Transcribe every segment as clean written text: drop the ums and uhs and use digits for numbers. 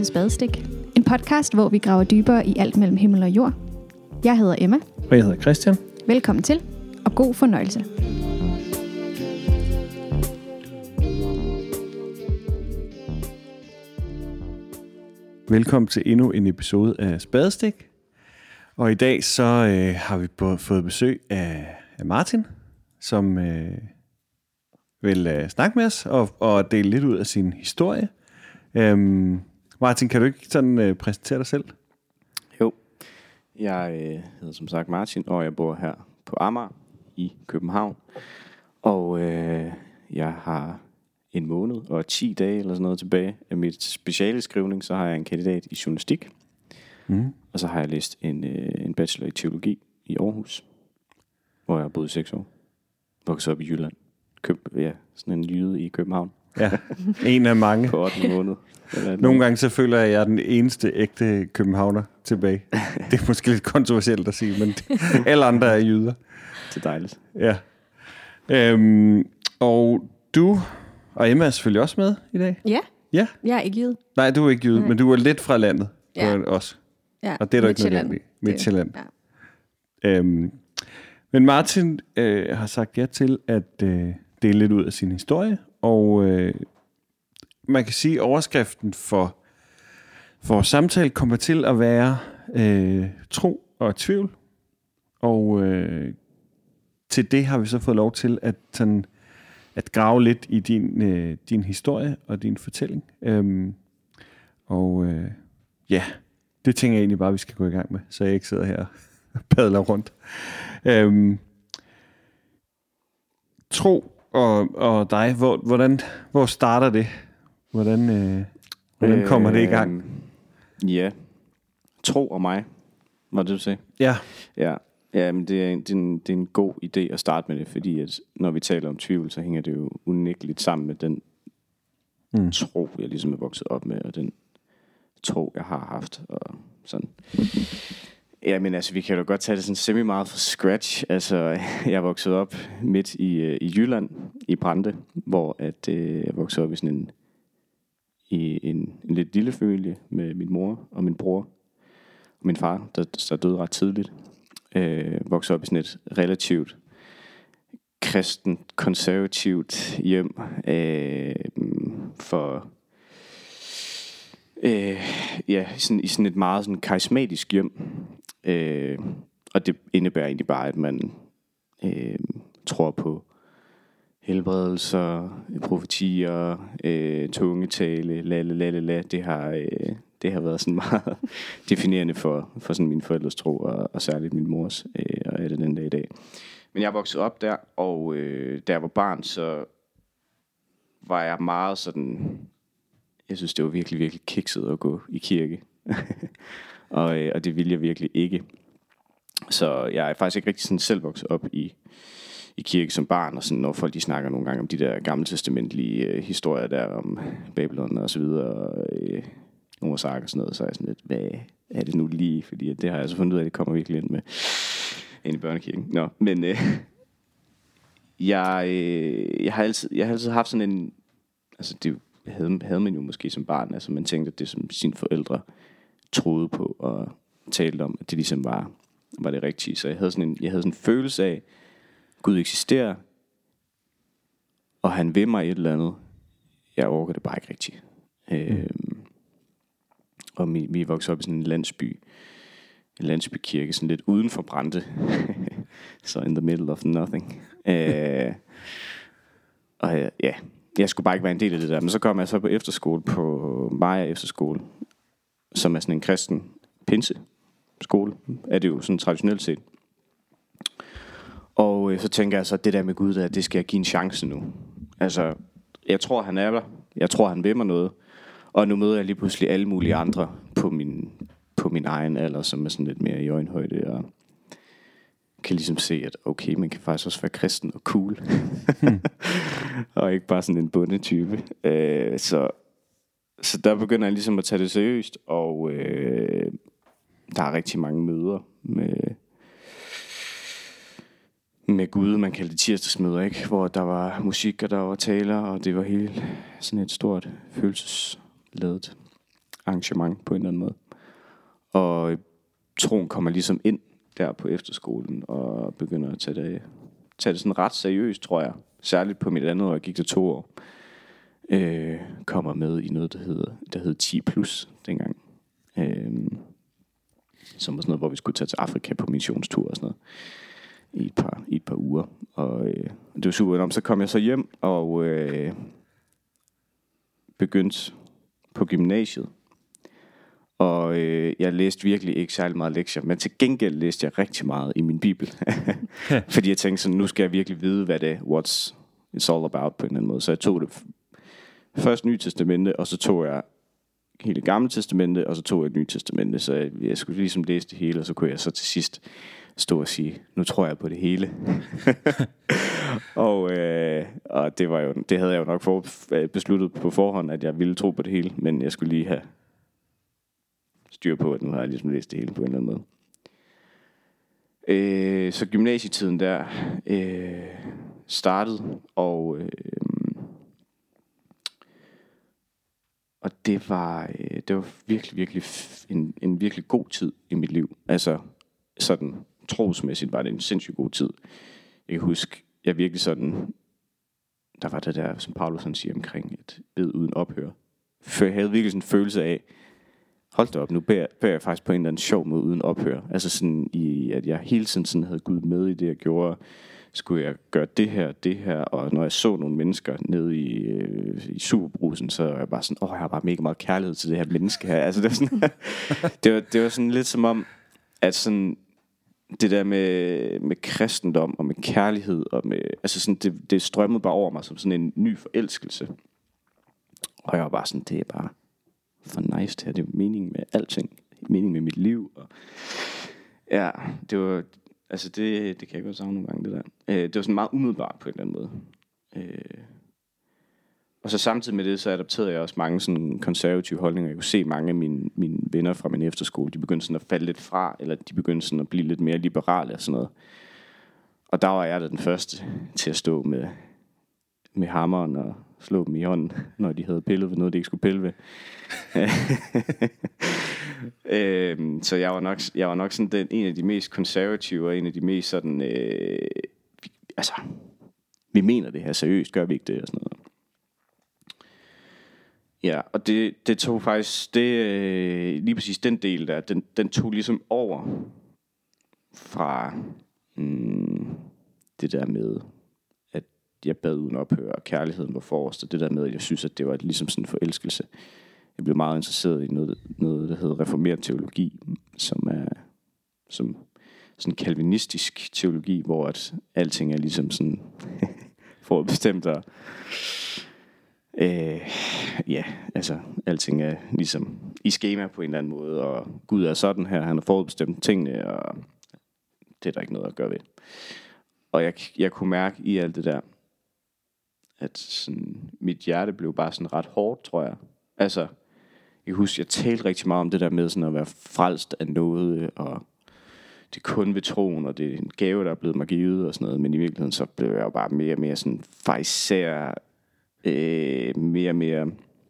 til Spadestik. En podcast, hvor vi graver dybere i alt mellem himmel og jord. Jeg hedder Emma. Og jeg hedder Christian. Velkommen til, og god fornøjelse. Velkommen til endnu en episode af Spadestik. Og i dag så har vi fået besøg af Martin, som vil snakke med os og dele lidt ud af sin historie. Martin, kan du ikke sådan præsentere dig selv? Jo, jeg hedder som sagt Martin, og jeg bor her på Amager i København. Og jeg har en måned og 10 dage eller sådan noget tilbage af mit specialeskrivning. Så har jeg en kandidat i journalistik. Og så har jeg læst en bachelor i teologi i Aarhus, hvor jeg har boet i 6 år. Vokset op i Jylland. Sådan en jyde i København. Ja, en af mange. På 8. måned. Nogle gange så føler jeg er den eneste ægte københavner tilbage. Det er måske lidt kontroversielt at sige, men alle andre er jyder. Det er dejligt. Ja. Og du og Emma er selvfølgelig også med i dag. Ja, Ja. jeg er ikke jyde. Nej, du er ikke jyde, men du er lidt fra landet. Ja. Også. Ja. Og det er der ikke noget galt i. Midtjylland. Ja. Men Martin har sagt ja til at dele lidt ud af sin historie. Og man kan sige, at overskriften for vores samtale kommer til at være tro og tvivl. Og til det har vi så fået lov til at grave lidt i din historie og din fortælling. Ja, det tænker jeg egentlig bare, vi skal gå i gang med, så jeg ikke sidder her og padler rundt. Tro og dig, hvor starter det? Hvordan kommer det i gang? Ja, tro og mig, var det du sagde? Ja. Ja, men det er en god idé at starte med det, fordi at når vi taler om tvivl, så hænger det jo unægteligt sammen med den tro, jeg ligesom er vokset op med, og den tro, jeg har haft, og sådan. Ja, men altså, vi kan jo godt tage det sådan semi-meget fra scratch. Altså, jeg er vokset op midt i Jylland, i Brande, hvor jeg voksede op i sådan en lidt lille familie med min mor og min bror og min far, der døde ret tidligt. Voksede op i sådan et relativt kristen, konservativt hjem i sådan et meget sådan karismatisk hjem. Og det indebærer egentlig bare, at man tror på helbredelser, profetier, tungetale, lalala. Det har været sådan meget definerende for sådan mine forældres tro, og særligt min mors, og er det den dag i dag. Men jeg voksede op der, og da jeg var barn, så var jeg meget sådan, jeg synes det var virkelig, virkelig kikset at gå i kirke. og det ville jeg virkelig ikke. Så jeg er faktisk ikke rigtig sådan selv vokset op i kirke som barn, og sådan, når folk de snakker nogle gange om de der gammeltestamentlige historier der om Babylon og så videre, og nogle sager og sådan noget, så er jeg sådan lidt, hvad er det nu lige? Fordi det har jeg så fundet ud af, at det kommer virkelig ind i børnekirken. Nå, men jeg har altid haft sådan en, altså det havde man jo måske som barn, altså man tænkte, at det som sine forældre troede på og talte om, at det ligesom var det rigtige. Så jeg havde sådan en følelse af, Gud eksisterer, og han vil mig et eller andet. Jeg overgår det bare ikke rigtigt. Og vi voksede op i sådan en landsbykirke, sådan lidt uden for Brande. Så in the middle of nothing. Og ja, jeg skulle bare ikke være en del af det der. Men så kom jeg så på efterskole, på Maja Efterskole, som er sådan en kristen pinseskole, er det jo sådan traditionelt set. Og så tænker jeg så, at det der med Gud, det skal jeg give en chance nu. Altså, jeg tror, han er der. Jeg tror, han vil mig noget. Og nu møder jeg lige pludselig alle mulige andre på min egen alder, som er sådan lidt mere i øjenhøjde, og kan ligesom se, at okay, man kan faktisk også være kristen og cool. Og ikke bare sådan en bondetype. Så der begynder jeg ligesom at tage det seriøst, og der er rigtig mange møder med Gud. Man kaldte det tirsdagsmøder, ikke? Hvor der var musik, og der var taler, og det var helt sådan et stort følelsesladet arrangement på en eller anden måde. Og troen kommer ligesom ind der på efterskolen og begynder at tage det sådan ret seriøst, tror jeg. Særligt på mit andet år, jeg gik til 2 år. Kommer med i noget, der hed 10 plus dengang. Som var sådan noget, hvor vi skulle tage til Afrika på missionstur og sådan noget. I et par uger. Og det var super. Så kom jeg så hjem og begyndte på gymnasiet. Og jeg læste virkelig ikke særlig meget lektier, men til gengæld læste jeg rigtig meget i min bibel. Fordi jeg tænkte sådan, nu skal jeg virkelig vide, hvad det er, it's all about på en eller anden måde. Så jeg tog det først Nye Testamente, og så tog jeg hele Gamle Testamente, og så tog jeg Nye Testamente. Så jeg skulle ligesom læse det hele, og så kunne jeg så til sidst stå og sige, nu tror jeg på det hele. og det havde jeg jo nok besluttet på forhånd, at jeg ville tro på det hele, men jeg skulle lige have styr på, at nu har jeg ligesom læst det hele på en eller anden måde. Så gymnasietiden der startede, og det var virkelig, virkelig en virkelig god tid i mit liv. Altså sådan trosmæssigt var det en sindssygt god tid. Jeg kan huske, jeg virkelig sådan, der var det der, som Paulus han siger omkring et bed uden ophør. For jeg havde virkelig sådan en følelse af, hold da op, nu beder jeg faktisk på en eller anden sjov måde uden ophør. Altså sådan, at jeg hele tiden sådan havde Gud med i det, jeg gjorde. Skulle jeg gøre det her, og når jeg så nogle mennesker nede i Superbrusen, så var jeg bare sådan, jeg har bare mega meget kærlighed til det her menneske her. Altså det var sådan, det var sådan lidt som om, at sådan, det der med kristendom og med kærlighed, og med, altså sådan, det strømmede bare over mig som sådan en ny forelskelse. Og jeg var bare sådan, det er bare for nice det her, det er meningen med alting, meningen med mit liv, og ja, det var, altså det kan jeg godt savne nogle gange, det der. Det var sådan meget umiddelbart på en eller anden måde. Og så samtidig med det, så adopterede jeg også mange sådan konservative holdninger. Jeg kunne se mange af mine venner fra min efterskole, de begyndte sådan at falde lidt fra, eller de begyndte sådan at blive lidt mere liberale og sådan noget. Og der var jeg da den første til at stå med hammeren og slå dem i hånden, når de havde pillet ved noget, de ikke skulle pille ved. Så jeg var nok sådan en af de mest konservative, og en af de mest sådan, altså, vi mener det her seriøst, gør vi ikke det, og sådan noget. Ja, og det tog faktisk, lige præcis den del der, den tog ligesom over fra det der med, at jeg bad uden ophør, og kærligheden var forrest, og det der med, at jeg synes, at det var ligesom sådan en forelskelse. Jeg blev meget interesseret i noget der hedder reformeret teologi, som er som sådan en kalvinistisk teologi, hvor at alting er ligesom sådan forudbestemt, og ja, altså alting er ligesom i skema på en eller anden måde, og Gud er sådan her, han har forudbestemt tingene, og det er der ikke noget at gøre ved. Og jeg kunne mærke i alt det der, at sådan, mit hjerte blev bare sådan ret hårdt, tror jeg. Altså, jeg husker, jeg talte rigtig meget om det der med sådan at være frelst af noget, og det er kun ved troen, og det er en gave, der er blevet mig givet og sådan noget, men i virkeligheden så blev jeg jo bare mere og mere sådan farisæer, mere og mere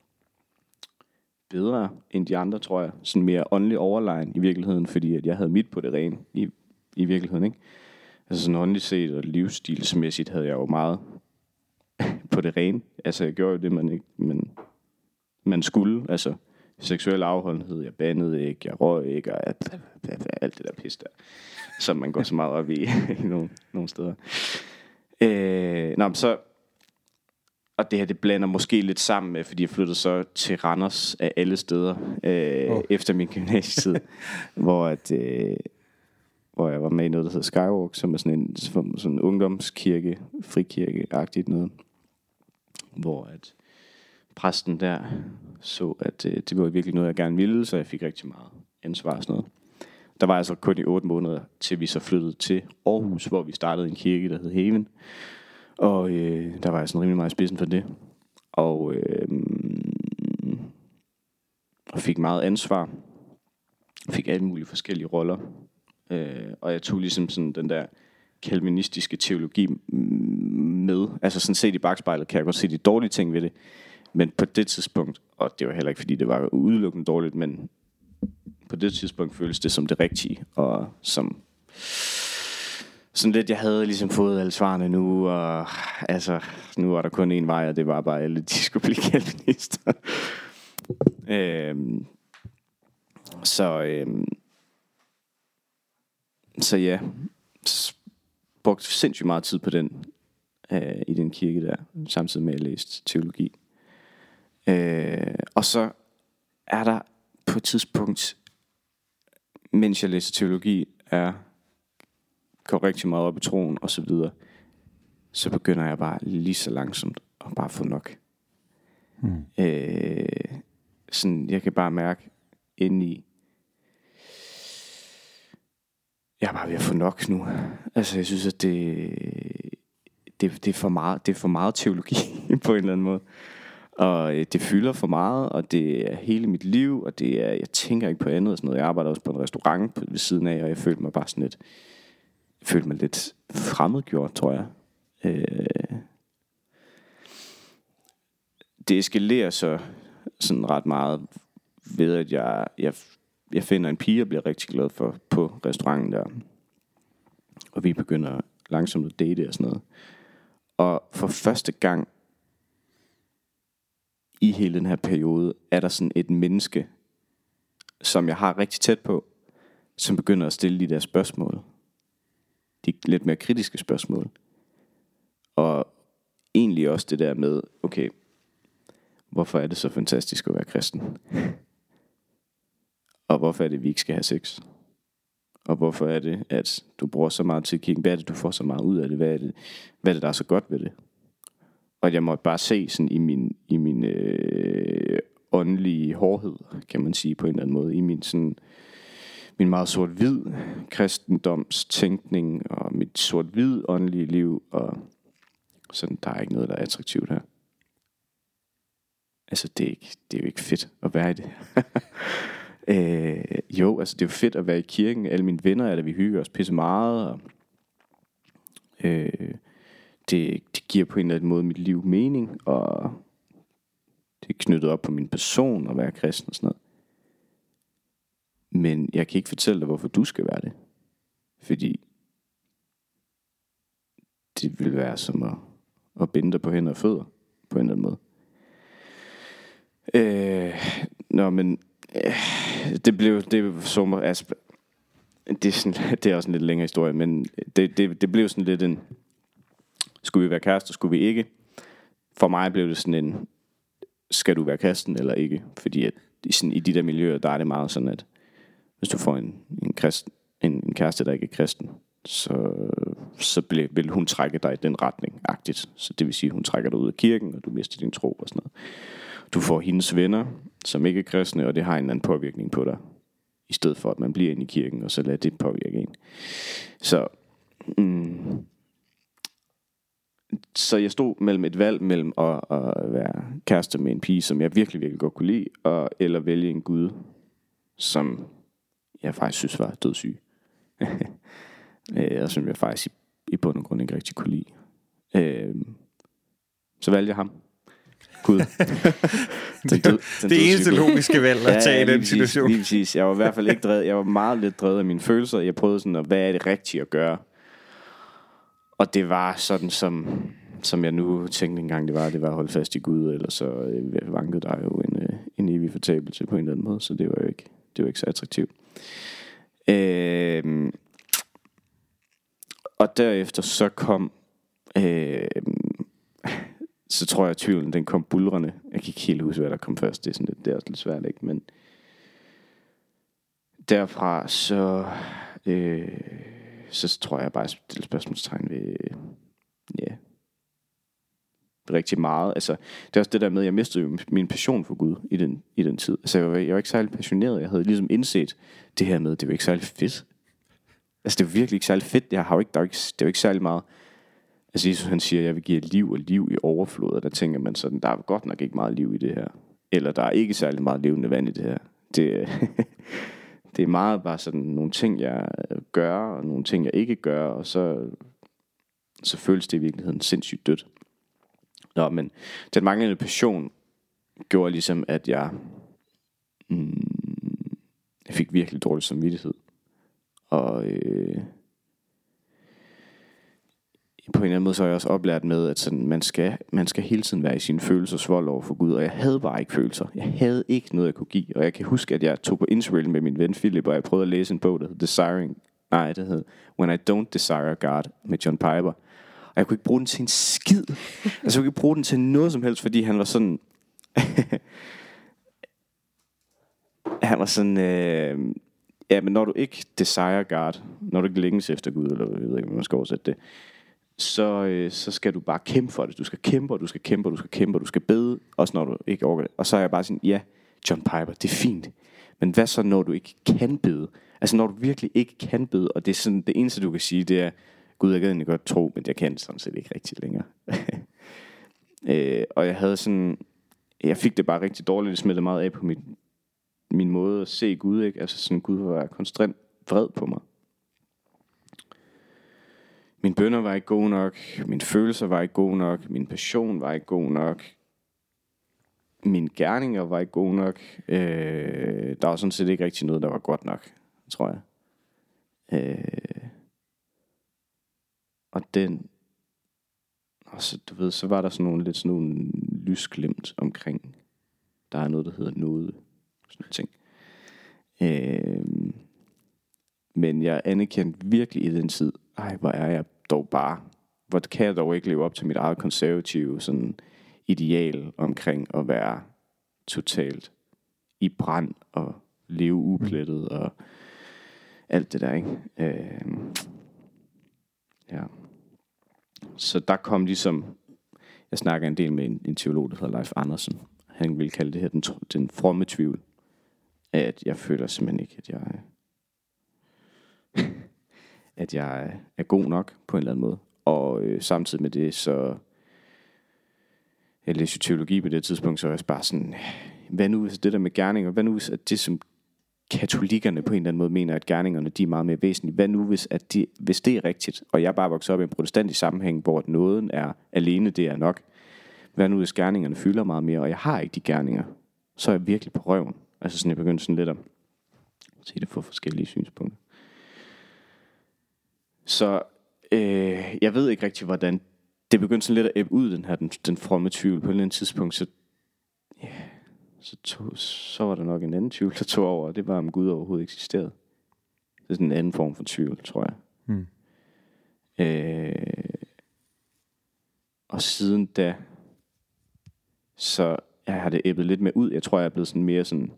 bedre end de andre, tror jeg. Sådan mere åndelig overlegen i virkeligheden, fordi at jeg havde mit på det rene i virkeligheden, ikke? Altså sådan åndeligt set og livsstilsmæssigt havde jeg jo meget på det rene. Altså jeg gjorde jo det, man skulle. Altså seksuel afholdenhed, jeg bandede ikke, jeg røg ikke, og alt det der pis der, som man går så meget op i nogle steder. Så og det her, det blander måske lidt sammen med, fordi jeg flyttede så til Randers af alle steder efter min gymnasietid, hvor jeg var med i noget, der hedder Skywalk, som er sådan en ungdomskirke, frikirke-agtigt noget, hvor at præsten der så, at det var virkelig noget, jeg gerne ville, så jeg fik rigtig meget ansvar og sådan noget. Der var altså kun i 8 måneder, til vi så flyttede til Aarhus, hvor vi startede en kirke, der hed Haven. Og der var jeg sådan rimelig meget i spidsen for det. Og fik meget ansvar. Fik alle mulige forskellige roller. Og jeg tog ligesom sådan den der kalvinistiske teologi med. Altså sådan set i bagspejlet kan jeg godt se de dårlige ting ved det. Men på det tidspunkt, og det var heller ikke fordi det var udelukkende dårligt, men på det tidspunkt føltes det som det rigtige, og som sådan lidt, jeg havde ligesom fået alle svarene nu, og altså, nu var der kun én vej, og det var bare, alle de skulle blive kalvinister. Så ja, brugte sindssygt meget tid på den, i den kirke der, samtidig med at jeg læste teologi. Og så er der på et tidspunkt, mens jeg læser teologi, går rigtig meget op i troen og så videre, så begynder jeg bare lige så langsomt at bare få nok. Sådan, jeg kan bare mærke indeni, jeg er bare ved at få nok nu. Altså jeg synes at det er for meget. Det er for meget teologi på en eller anden måde. Og det fylder for meget, og det er hele mit liv, og det er, jeg tænker ikke på andet og sådan noget. Jeg arbejder også på en restaurant ved siden af, og jeg følte mig bare sådan lidt, lidt fremmedgjort, tror jeg. Det eskalerer så sådan ret meget ved, at jeg finder en pige, og bliver rigtig glad for på restauranten der. Og vi begynder langsomt at date og sådan noget. Og for første gang i hele den her periode, er der sådan et menneske, som jeg har rigtig tæt på, som begynder at stille de der spørgsmål. De lidt mere kritiske spørgsmål. Og egentlig også det der med, okay, hvorfor er det så fantastisk at være kristen? Og hvorfor er det, vi ikke skal have sex? Og hvorfor er det, at du bruger så meget til kirken? Hvad er det, du får så meget ud af det? Hvad er det, der er så godt ved det? Og jeg måtte bare se sådan i min åndelige hårdhed, kan man sige på en eller anden måde, i min meget sort-hvid kristendomstænkning og mit sort-hvid åndelige liv, og sådan, der er ikke noget, der er attraktivt her. Altså det er jo ikke fedt at være i det. Jo, altså det er jo fedt at være i kirken. Alle mine venner er der, vi hygger os pisse meget, og det giver på en eller anden måde mit liv mening, og det er knyttet op på min person at være kristen og sådan noget. Men jeg kan ikke fortælle dig, hvorfor du skal være det. Fordi det vil være som at binde dig på hænder og fødder på en eller anden måde. Det er også en lidt længere historie, men det blev sådan lidt en, skulle vi være kærester, skulle vi ikke? For mig blev det sådan en, skal du være kristen eller ikke? Fordi at i de der miljøer, der er det meget sådan, at hvis du får en kæreste, der ikke er kristen, så vil hun trække dig i den retning-agtigt. Så det vil sige, at hun trækker dig ud af kirken, og du mister din tro og sådan noget. Du får hendes venner, som ikke er kristne, og det har en eller anden påvirkning på dig. I stedet for, at man bliver inde i kirken, og så lader det påvirke en. Så jeg stod mellem et valg mellem at være kæreste med en pige, som jeg virkelig, virkelig godt kunne lide, eller vælge en gud, som jeg faktisk synes var dødssyg. Og som jeg faktisk i bund og grund ikke rigtig kunne lide. Så valgte jeg ham. Gud. Det eneste logiske valg at tage i den situation. Lige præcis. Jeg var i hvert fald ikke drevet. Jeg var meget lidt drevet af mine følelser. Jeg prøvede sådan, hvad er det rigtige at gøre? Og det var sådan, som jeg nu tænkte engang, det var at holde fast i Gud, eller så vankede der jo en evig fortabelse på en eller anden måde, så det var jo ikke så attraktivt. Og derefter så kom så tror jeg at tvivlen den kom bulrende. Jeg kan ikke helt huske hvad der kom først. Det er også lidt svært, ikke? Men derfra så tror jeg bare at stille spørgsmålstegn ved rigtig meget. Altså det er også det der med at jeg mistede jo min passion for Gud i den tid. Altså jeg var ikke særlig passioneret. Jeg havde ligesom indset det her med det var ikke særlig fedt. Altså det var virkelig ikke særlig fedt. Det er jo ikke særlig meget. Altså Jesus han siger, jeg vil give liv og liv i overflod, og der tænker man sådan, der er godt nok ikke meget liv i det her. Eller der er ikke særlig meget levende vand i det her. Det er meget bare sådan nogle ting, jeg gør, og nogle ting, jeg ikke gør, og så føles det i virkeligheden sindssygt dødt. Nå, men den manglende passion gjorde ligesom, at jeg fik virkelig dårlig samvittighed. Og på en eller anden måde så har jeg også oplært med, at sådan, man skal hele tiden være i sine følelsers vold over for Gud. Og jeg havde bare ikke følelser. Jeg havde ikke noget, jeg kunne give. Og jeg kan huske, at jeg tog på Israel med min ven Philip, og jeg prøvede at læse en bog, der hed det hed When I Don't Desire God med John Piper. Og jeg kunne ikke bruge den til en skid. Altså jeg kunne ikke bruge den til noget som helst, fordi han var sådan... han var sådan... ja, men når du ikke desire God, når du ikke længes efter Gud, eller jeg ved ikke, hvordan man skal oversætte det, så skal du bare kæmpe for det. Du skal kæmpe, og du skal kæmpe, og du skal kæmpe, og du skal bede, også når du ikke overgår det. Og så er jeg bare sådan, ja, John Piper, det er fint. Men hvad så, når du ikke kan bede? Altså når du virkelig ikke kan bede, og det er sådan, det eneste du kan sige, det er, Gud, jeg kan egentlig godt tro, men jeg kan sådan set ikke rigtig længere. Og jeg havde sådan, jeg fik det bare rigtig dårligt, det smittede meget af på min måde at se Gud, ikke? Altså sådan, Gud var konstant vred på mig. Mine bønner var ikke gode nok, mine følelser var ikke gode nok, min passion var ikke god nok, mine gerninger var ikke gode nok. Der var sådan set ikke rigtig noget, der var godt nok, tror jeg. Og så, du ved, så var der sådan nogle lysglimt omkring. Der er noget, der hedder nåde. Sådan ting. Men jeg anerkendte virkelig i den tid, hvor er jeg dog bare, hvor kan jeg dog ikke leve op til mit eget konservative sådan ideal omkring at være totalt i brand og leve uplettet og alt det der, ikke? Ja. Så der kom ligesom, jeg snakker en del med en teolog, der hedder Leif Andersen. Han ville kalde det her den fromme tvivl. At jeg føler simpelthen ikke, at jeg er god nok på en eller anden måde. Og samtidig med det, så jeg læste teologi på det tidspunkt, så var jeg bare sådan, hvad nu hvis det der med gerninger, hvad nu hvis at det som katolikkerne på en eller anden måde mener, at gerningerne de er meget mere væsentlige, hvad nu hvis det er rigtigt, og jeg bare vokser op i en protestantisk sammenhæng, hvor nåden er alene, det er nok, hvad nu hvis gerningerne fylder meget mere, og jeg har ikke de gerninger, så er jeg virkelig på røven. Altså sådan, jeg begyndte sådan lidt at se det fra forskellige synspunkter. Så jeg ved ikke rigtig, hvordan det begyndte sådan lidt at ebbe ud, den fromme tvivl. På et eller andet tidspunkt, så var der nok en anden tvivl, der tog over, og det var, om Gud overhovedet eksisterede. Det er sådan en anden form for tvivl, tror jeg. Og siden da, så har det ebbet lidt mere ud. Jeg tror, jeg er blevet sådan mere sådan,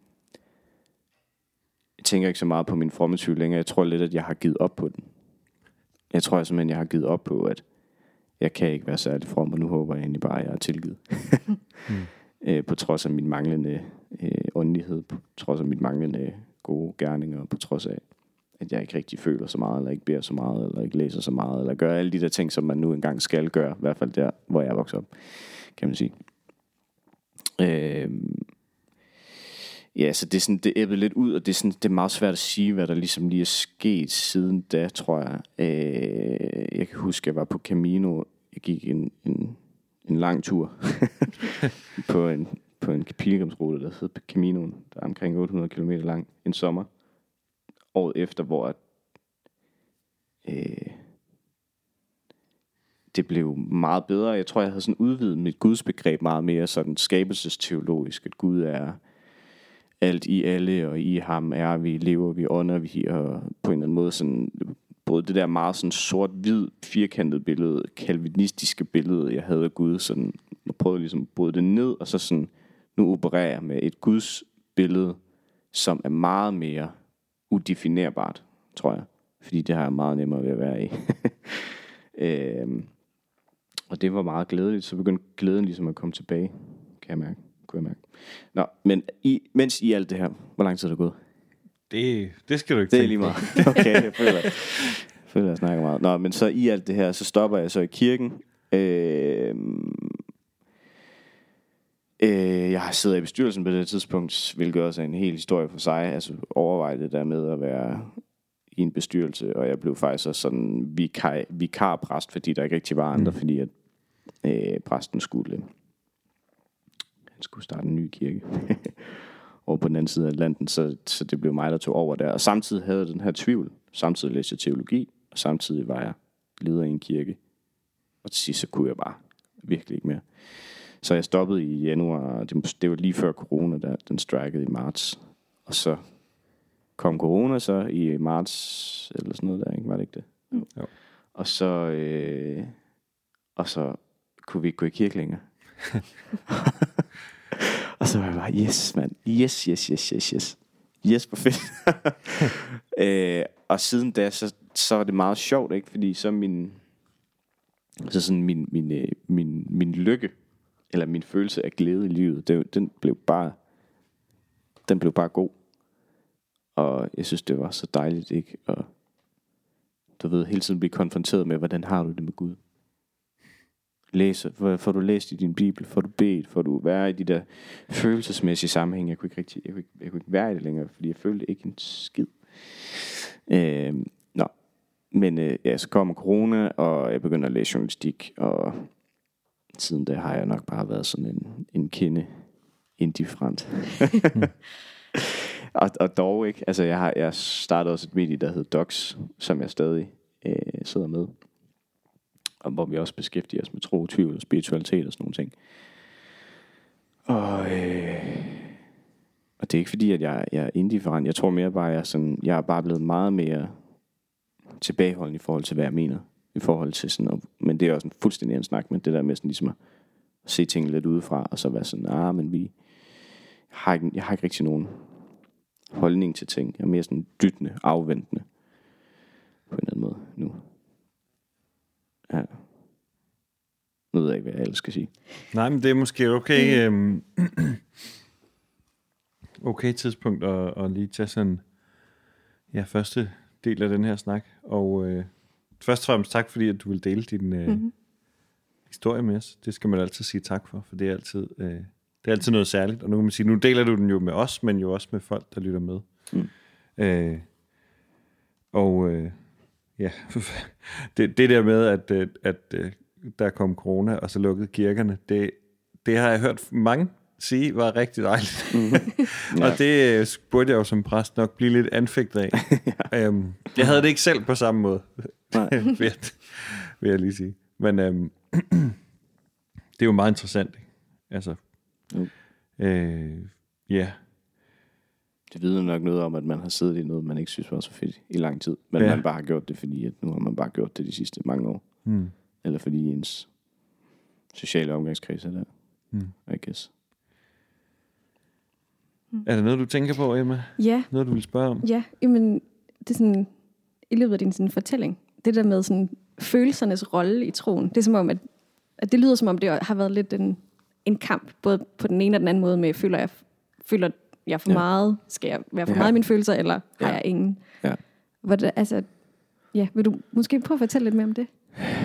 jeg tænker ikke så meget på min fromme tvivl længere. Jeg tror lidt, at jeg har givet op på den. Jeg tror simpelthen, jeg har givet op på, at jeg kan ikke være særlig from, og nu håber jeg egentlig bare, at jeg er tilgivet. På trods af min manglende åndelighed, på trods af mit manglende gode gerninger, på trods af, at jeg ikke rigtig føler så meget, eller ikke beder så meget, eller ikke læser så meget, eller gør alle de der ting, som man nu engang skal gøre, i hvert fald der, hvor jeg er vokset op, kan man sige. Ja, så det er sådan, det ebbede lidt ud, og det er meget svært at sige, hvad der ligesom lige er sket siden da, tror jeg. Jeg kan huske, jeg var på Camino. Jeg gik en lang tur på en pilgrimsrute, der hedder Caminoen, der er omkring 800 km lang, en sommer. Året efter, hvor det blev meget bedre. Jeg tror, jeg havde sådan udvidet mit gudsbegreb meget mere sådan skabelsesteologisk, at Gud er alt i alle, og i ham er vi, lever vi, ånder vi, og på en eller anden måde sådan, både det der meget sådan sort-hvid, firkantet billede, kalvinistiske billede, jeg havde af Gud, sådan, jeg prøvede ligesom at bryde det ned, og så sådan, nu opererer jeg med et Guds billede, som er meget mere udefinerbart, tror jeg, fordi det har jeg meget nemmere ved at være i. Og det var meget glædeligt, så begyndte glæden ligesom at komme tilbage, kunne jeg mærke. Nå, men mens I alt det her, hvor lang tid er det gået? Det skal du ikke tænke. Det er lige meget. Okay, jeg føler, jeg snakker meget. Nå, men så i alt det her, så stopper jeg så i kirken. Jeg har siddet i bestyrelsen på det tidspunkt, hvilket også er en hel historie for sig. Altså overveje det der med at være i en bestyrelse, og jeg blev faktisk også sådan vikarpræst, fordi der ikke rigtig var andre, fordi at præsten skulle han skulle starte en ny kirke over på den anden side af Atlanten, så det blev mig, der tog over der. Og samtidig havde jeg den her tvivl. Samtidig læste jeg teologi, og samtidig var jeg leder i en kirke. Og til sidst, så kunne jeg bare virkelig ikke mere. Så jeg stoppede i januar, det var lige før corona, der den strikede i marts. Og så kom corona så i marts, eller sådan noget der, ikke? Var det ikke det? Jo. Og så kunne vi ikke gå i kirke længere. Og så var jeg bare, yes mand, yes. Yes, hvor fedt. Og siden da, så var det meget sjovt, ikke? Fordi så min lykke, eller min følelse af glæde i livet, den blev bare god. Og jeg synes, det var så dejligt, ikke? Og du ved, hele tiden blive konfronteret med, hvordan har du det med Gud? Får du læst i din bibel? Får du bedt? Får du være i de der følelsesmæssige sammenhæng? Jeg kunne ikke være i det længere, fordi jeg følte ikke en skid. Men så kommer corona, og jeg begynder at læse journalistik, og siden da har jeg nok bare været sådan en kende indifferent. og dog ikke. Altså jeg startede også et medie, der hed Docs, som jeg stadig sidder med, og hvor vi også beskæftiger os med tro, tvivl og spiritualitet og sådan nogle ting. Og det er ikke fordi, at jeg er indifferent. Jeg tror mere bare, jeg er bare blevet meget mere tilbageholdende i forhold til, hvad jeg mener. I forhold til sådan noget. Men det er også en fuldstændig anden snak, men det der med sådan ligesom at se tingene lidt udefra, og så være sådan, men jeg har ikke rigtig nogen holdning til ting. Jeg er mere sådan dyttende, afventende på en anden måde nu. Ja. Nu ved jeg ikke, hvad jeg ellers skal sige. Nej, men det er måske okay, okay tidspunkt at lige tage sådan, første del af den her snak. Og først og fremmest tak, fordi at du vil dele din historie med os. Det skal man altid sige tak for det er altid noget særligt. Og nu kan man sige, nu deler du den jo med os, men jo også med folk, der lytter med. Det der med, at der kom corona, og så lukkede kirkerne, det har jeg hørt mange sige, var rigtig dejligt. Og det burde jeg jo som præst nok blive lidt anfægtet af. Jeg havde det ikke selv på samme måde, vil jeg lige sige. Men det er jo meget interessant, ikke? Altså, det vidner nok noget om, at man har siddet i noget, man ikke synes var så fedt i lang tid. Men man bare har gjort det, fordi at nu har man bare gjort det de sidste mange år. Eller fordi ens sociale omgangskreds er der. I guess. Er der noget, du tænker på, Emma? Ja. Noget, du vil spørge om? Ja, men det er sådan, i løbet af din sådan fortælling, det der med sådan følelsernes rolle i troen, det er som om, at det lyder som om, det har været lidt en kamp, både på den ene og den anden måde med, føler jeg for meget? Skal jeg være for meget i mine følelser, eller har jeg ingen? Ja. Vil du måske prøve at fortælle lidt mere om det?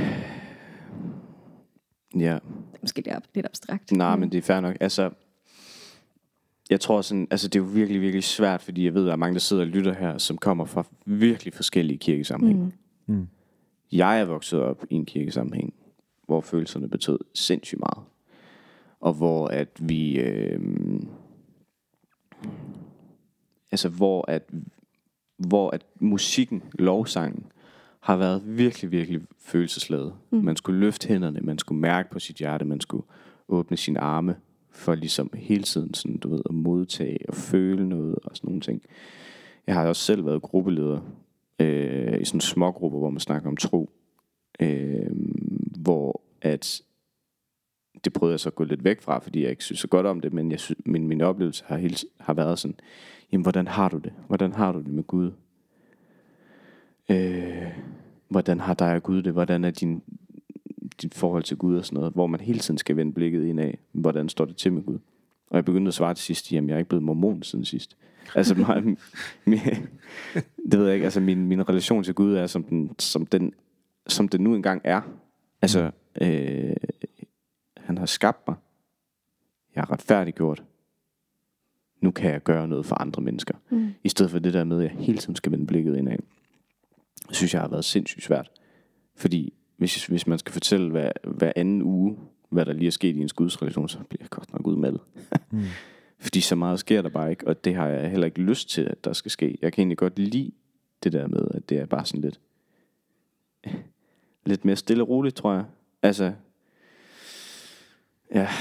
Ja. Måske det er lidt abstrakt. Nej, men det er fair nok. Altså, jeg tror sådan, altså det er jo virkelig, virkelig svært, fordi jeg ved, at der er mange, der sidder og lytter her, som kommer fra virkelig forskellige kirkesammenhæng. Jeg er vokset op i en kirkesammenhæng, hvor følelserne betød sindssygt meget. Og hvor at vi... hvor at musikken, lovsangen, har været virkelig, virkelig følelsesladet. Man skulle løfte hænderne, man skulle mærke på sit hjerte, man skulle åbne sine arme, for ligesom hele tiden sådan, du ved, at modtage og føle noget og sådan nogle ting. Jeg har også selv været gruppeleder i sådan små grupper, hvor man snakker om tro, hvor at det prøvede jeg så at gå lidt væk fra, fordi jeg ikke synes så godt om det, men jeg synes, min oplevelse har været sådan, jamen hvordan har du det? Hvordan har du det med Gud? Hvordan har dig og Gud det? Hvordan er din forhold til Gud og sådan noget? Hvor man hele tiden skal vende blikket ind af, hvordan står det til med Gud? Og jeg begyndte at svare til sidst, jamen jeg er ikke blevet mormon siden sidst. Altså, det ved jeg ikke, altså min relation til Gud er som den nu engang er. Altså, han har skabt mig. Jeg har retfærdiggjort. Nu kan jeg gøre noget for andre mennesker. I stedet for det der med, at jeg hele tiden skal vende blikket ind af. Jeg synes, jeg har været sindssygt svært. Fordi hvis man skal fortælle hver anden uge, hvad der lige er sket i en gudsrelation, så bliver jeg godt nok udmattet. Fordi så meget sker der bare ikke, og det har jeg heller ikke lyst til, at der skal ske. Jeg kan egentlig godt lide det der med, at det er bare sådan lidt mere stille og roligt, tror jeg. Altså, ja.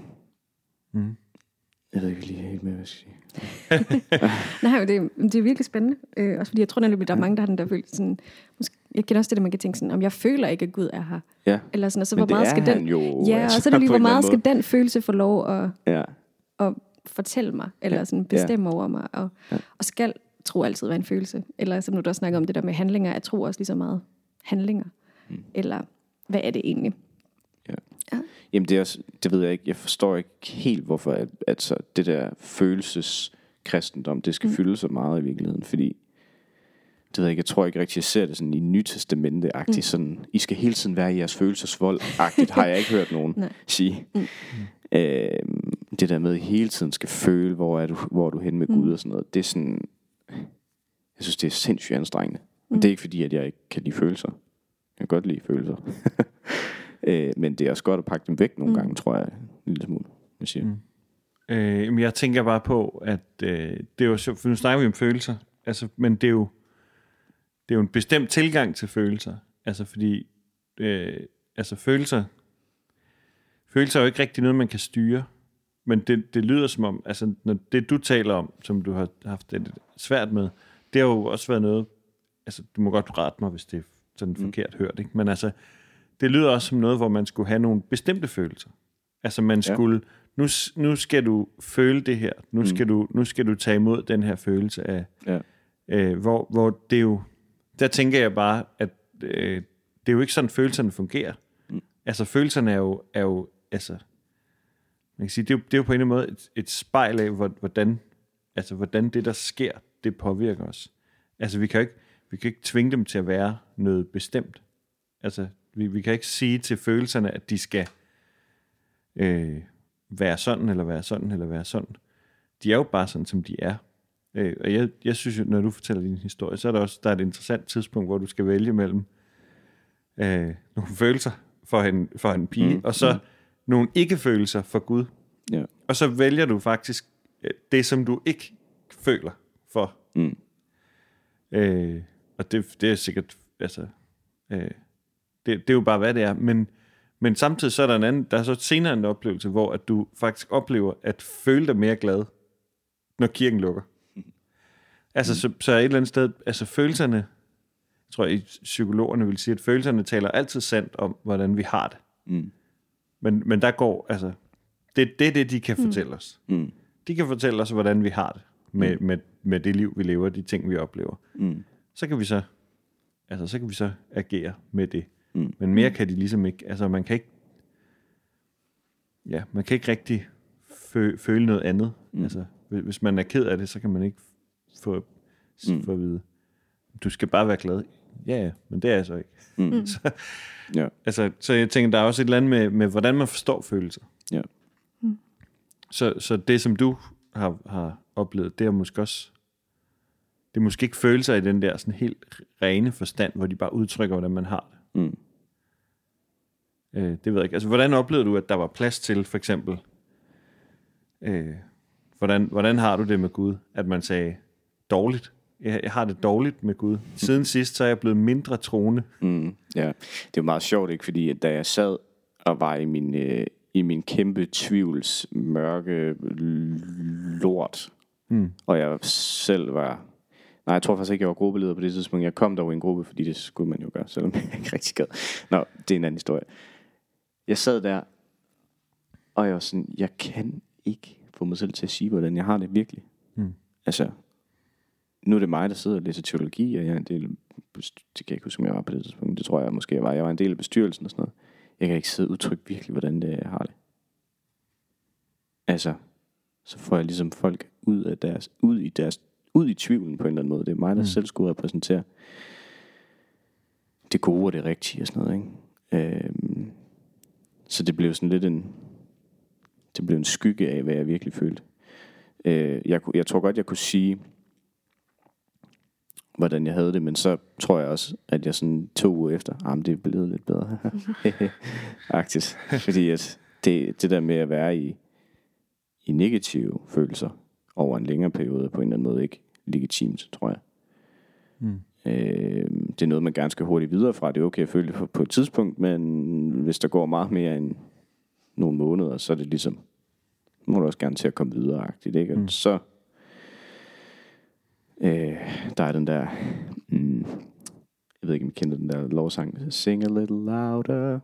Jeg ved ikke lige helt mere, hvad jeg skal sige. Nej, det er virkelig spændende. Også fordi jeg tror nemlig, der er mange, der har den der følelse sådan, måske, jeg kender også det, der man kan tænke sådan, om jeg føler ikke, at Gud er her. Ja. Eller sådan, og så Men hvor meget skal den... jo, ja, altså, og så er det lige, på hvor en eller meget anden skal den følelse få lov at fortælle mig, eller sådan bestemme over mig. Og skal tro altid være en følelse. Eller som du også snakker om det der med handlinger, jeg tror også lige så meget handlinger. Eller hvad er det egentlig? Ja. Jamen det ved jeg ikke. Jeg forstår ikke helt, hvorfor at så det der følelseskristendom, det skal fylde så meget i virkeligheden. Fordi, det ved jeg ikke, jeg tror ikke rigtig, jeg ser det sådan i Nytestamente-agtigt. Sådan, I skal hele tiden være i jeres følelsesvold-agtigt, har jeg ikke hørt nogen sige. Det der med, at I hele tiden skal føle, hvor er du henne med Gud og sådan noget. Det er sådan, jeg synes, det er sindssygt anstrengende. Og det er ikke fordi, at jeg ikke kan lide følelser. Jeg kan godt lide følelser. Men det er også godt at pakke dem væk nogle gange, tror jeg, en lille smule. Jeg siger. Jeg tænker bare på, at det er jo så, for nu snakker vi om følelser, altså, men det er jo en bestemt tilgang til følelser. Altså fordi følelser er jo ikke rigtig noget, man kan styre. Men det lyder som om, altså når det du taler om, som du har haft det svært med, det har jo også været noget, altså du må godt rette mig, hvis det er sådan forkert hørt, ikke? Men altså, det lyder også som noget, hvor man skulle have nogle bestemte følelser. Altså man skulle, nu skal du føle det her, nu skal du tage imod den her følelse af, hvor det jo, der tænker jeg bare, at det er jo ikke sådan, følelserne fungerer. Altså følelserne er jo altså, man kan sige, det er jo på en eller anden måde et spejl af, hvordan det, der sker, det påvirker os. Altså vi kan ikke tvinge dem til at være noget bestemt. Altså vi kan ikke sige til følelserne, at de skal være sådan, eller være sådan, eller være sådan. De er jo bare sådan, som de er. Og jeg synes jo, når du fortæller din historie, så er der er et interessant tidspunkt, hvor du skal vælge mellem nogle følelser for en pige, og så nogle ikke-følelser for Gud. Ja. Og så vælger du faktisk det, som du ikke føler for. Og det er sikkert, altså, det er jo bare, hvad det er. Men samtidig så er der er så senere en oplevelse, hvor at du faktisk oplever at føle dig mere glad, når kirken lukker. Altså, så et eller andet sted, altså følelserne, jeg tror, psykologerne vil sige, at følelserne taler altid sandt om, hvordan vi har det. Men der går, altså, det er det, de kan fortælle os. De kan fortælle os, hvordan vi har det med det liv, vi lever, de ting, vi oplever. Så kan vi så agere med det. Men mere kan de ligesom ikke, altså man kan ikke rigtig føle noget andet. Altså, hvis man er ked af det, så kan man ikke få at vide, du skal bare være glad. Ja, men det er jeg så ikke. Så jeg tænker, der er også et eller andet med hvordan man forstår følelser. Ja. Så det, som du har oplevet, det er måske også, det er måske ikke følelser i den der sådan helt rene forstand, hvor de bare udtrykker, hvordan man har det. Det ved jeg ikke. Altså, hvordan oplevede du, at der var plads til, for eksempel, hvordan har du det med Gud? At man sagde, dårligt. Jeg har det dårligt med Gud. Siden sidst, så er jeg blevet mindre troende. Ja, det er jo meget sjovt, ikke? Fordi da jeg sad og var i min kæmpe tvivls mørke lort, og jeg selv var... Nej, jeg tror faktisk ikke, jeg var gruppeleder på det tidspunkt. Jeg kom dog i en gruppe, fordi det skulle man jo gøre, selvom jeg ikke rigtig gad. Nå, det er en anden historie. Jeg sad der, og jeg var sådan, jeg kan ikke få mig selv til at sige, hvordan jeg har det virkelig. Altså, nu er det mig, der sidder og læser teologi, og jeg er en del, det kan jeg ikke huske, om jeg var på det tidspunkt. Det tror jeg måske, jeg var. Jeg var en del af bestyrelsen og sådan noget. Jeg kan ikke sidde og udtrykke virkelig, hvordan det jeg har det. Altså, så får jeg ligesom folk ud i tvivlen på en eller anden måde. Det er mig, der selv skulle repræsentere det gode og det rigtige og sådan noget, ikke? Så det blev sådan lidt en skygge af, hvad jeg virkelig følte. Jeg tror godt, jeg kunne sige, hvordan jeg havde det, men så tror jeg også, at jeg sådan 2 uger efter, men det er blevet lidt bedre. Aktivt. Fordi det der med at være i negative følelser over en længere periode, på en eller anden måde ikke legitimt, tror jeg. Det er noget, man gerne skal hurtigt videre fra. Det er okay at føle det på et tidspunkt, men hvis der går meget mere end nogle måneder, så er det ligesom, må du også gerne til at komme videre-agtigt, ikke? Og så der er den der jeg ved ikke, om I kender den der lovsang, Sing a little louder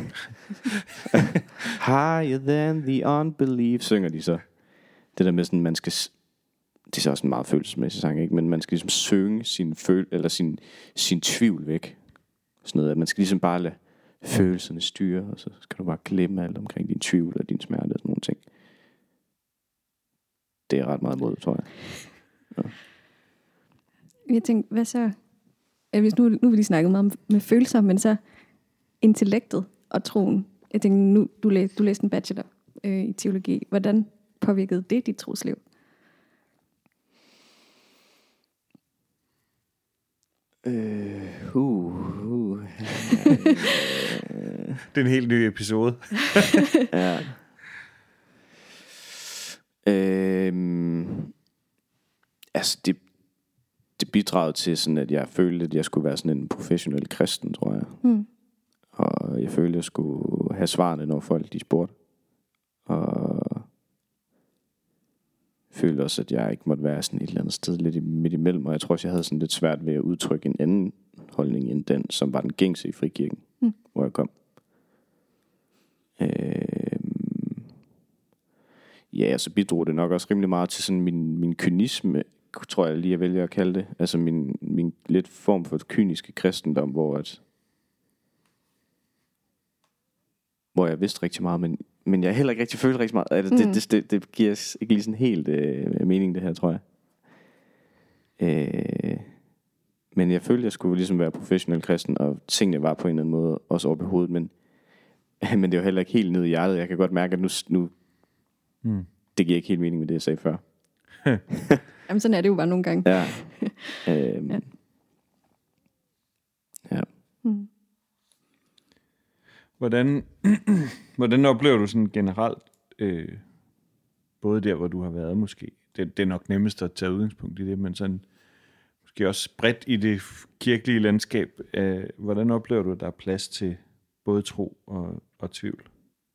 Higher than the unbelief, synger de så. Det der med sådan, man skal, det er så også en meget følelsesmæssig sang, ikke? Men man skal ligesom synge sin tvivl væk. Sådan noget, at man skal ligesom bare lade følelserne styre, og så skal du bare glemme alt omkring din tvivl og din smerte og sådan nogle ting. Det er ret meget imod, tror jeg. Ja. Jeg tænkte, hvad så? Hvis nu vil lige snakket meget med følelser, men så intellektet og troen. Jeg tænkte, nu du læste en bachelor i teologi. Hvordan påvirkede det dit trosliv? Det er en helt ny episode. Ja. Altså det bidragede til sådan, at jeg følte, at jeg skulle være sådan en professionel kristen, tror jeg. Og jeg følte, at jeg skulle have svarene, når folk de spurgte. Og følte også, at jeg ikke måtte være sådan et eller andet sted lidt midt imellem. Og jeg tror også, jeg havde sådan lidt svært ved at udtrykke en anden holdning end den, som var den gængse i frikirken, hvor jeg kom. Ja, så bidrog det nok også rimelig meget til sådan min kynisme, tror jeg lige, jeg vælger at kalde det. Altså min lidt form for kyniske kristendom, hvor jeg vidste rigtig meget, men jeg heller ikke rigtig følte rigtig meget. Altså, det giver ikke lige sådan helt mening, det her, tror jeg. Men jeg følte, jeg skulle ligesom være professionel kristen, og tingene var på en eller anden måde også oppe i hovedet, men det var heller ikke helt nede i hjertet. Jeg kan godt mærke, at nu det giver ikke helt mening med det, jeg sagde før. Jamen, sådan er det jo bare nogle gange. Ja. Ja. Hvordan oplever du sådan generelt, både der, hvor du har været måske, det er nok nemmest at tage udgangspunkt i det, men sådan måske også bredt i det kirkelige landskab, hvordan oplever du, at der er plads til både tro og tvivl?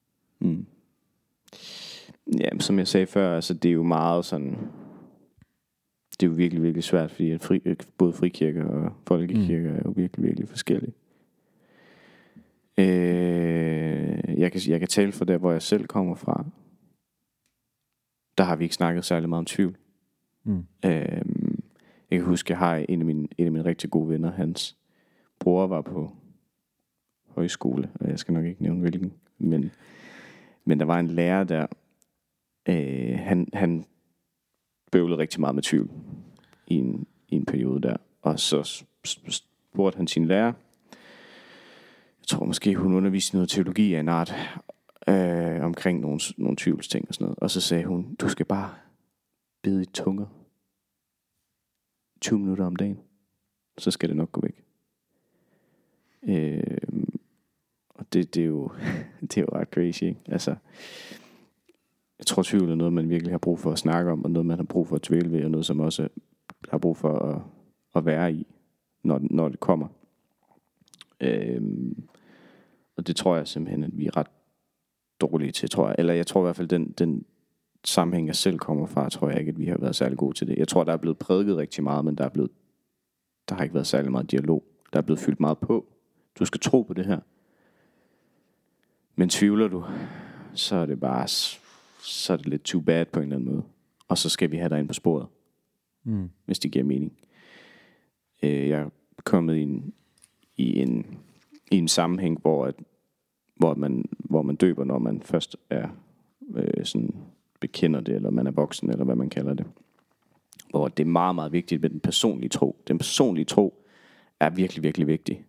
Ja, som jeg sagde før, altså det er jo meget sådan, det er jo virkelig, virkelig svært, fordi både frikirker og folkekirker er jo virkelig, virkelig forskellige. Jeg kan tale for der, hvor jeg selv kommer fra. Der har vi ikke snakket særlig meget om tvivl. Jeg kan huske, jeg har en af mine rigtig gode venner, hans bror var på højskole, og jeg skal nok ikke nævne hvilken, men der var en lærer der, han bøvlede rigtig meget med tvivl i en periode der, og så spurgte han sin lærer, jeg tror måske hun underviste noget teologi af en art, omkring nogle tvivlsting og sådan noget, og så sagde hun, du skal bare bede i tunger 20 minutter om dagen, så skal det nok gå væk. Og det er jo ret crazy, ikke? Altså, jeg tror tvivl er noget, man virkelig har brug for at snakke om, og noget, man har brug for at dvæle ved, og noget, som også har brug for at være i, når det kommer. Og det tror jeg simpelthen, at vi er ret dårlige til, tror jeg. Eller jeg tror i hvert fald, den sammenhæng, jeg selv kommer fra, tror jeg ikke, at vi har været særlig gode til det. Jeg tror, der er blevet prædiket rigtig meget, men der har ikke været særlig meget dialog. Der er blevet fyldt meget på. Du skal tro på det her. Men tvivler du, så er det bare, så er det lidt too bad på en eller anden måde. Og så skal vi have dig ind på sporet, hvis det giver mening. Jeg er kommet i en sammenhæng, hvor man døber, når man først er sådan bekender det, eller man er voksen, eller hvad man kalder det. Hvor det er meget, meget vigtigt med den personlige tro. Den personlige tro er virkelig, virkelig vigtig.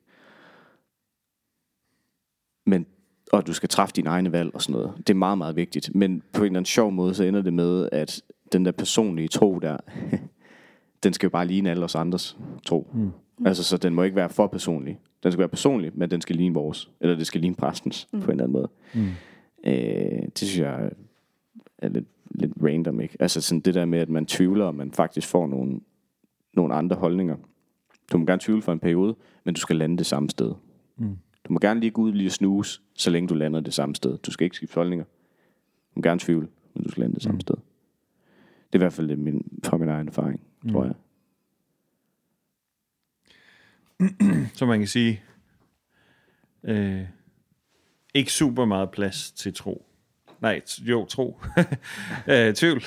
Og du skal træffe dine egne valg og sådan noget. Det er meget, meget vigtigt. Men på en eller anden sjov måde, så ender det med, at den der personlige tro der, den skal jo bare ligne alle os andres tro. Altså, så den må ikke være for personlig. Den skal være personlig, men den skal ligne vores. Eller det skal ligne præstens på en eller anden måde. Det synes jeg er lidt random, ikke? Altså sådan det der med, at man tvivler, og man faktisk får nogle andre holdninger. Du må gerne tvivle for en periode, men du skal lande det samme sted. Du må gerne lige gå ud lige og snuse, så længe du lander det samme sted. Du skal ikke skifte holdninger. Du må gerne tvivle, men du skal lande det samme sted. Det er i hvert fald det fra min egen erfaring, tror jeg. Så man kan sige, ikke super meget plads til tro. Nej, tro. Tvivl.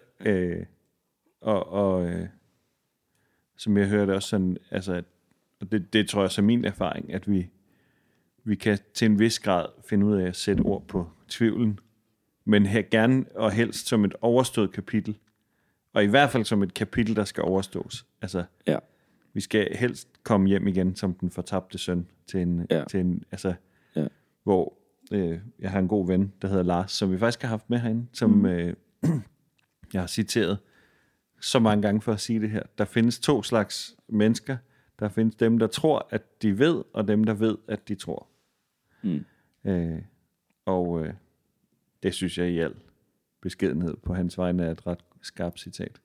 Som jeg hørte også sådan, altså, og det tror jeg også er min erfaring, at vi kan til en vis grad finde ud af at sætte ord på tvivlen, men her gerne og helst som et overstået kapitel. Og i hvert fald som et kapitel, der skal overstås. Altså, vi skal helst komme hjem igen som den fortabte søn til en hvor jeg har en god ven, der hedder Lars, som vi faktisk har haft med herinde, som jeg har citeret så mange gange for at sige det her. Der findes 2 slags mennesker. Der findes dem, der tror, at de ved, og dem, der ved, at de tror. Det synes jeg i al beskedenhed på hans vegne er et ret skarpt citat.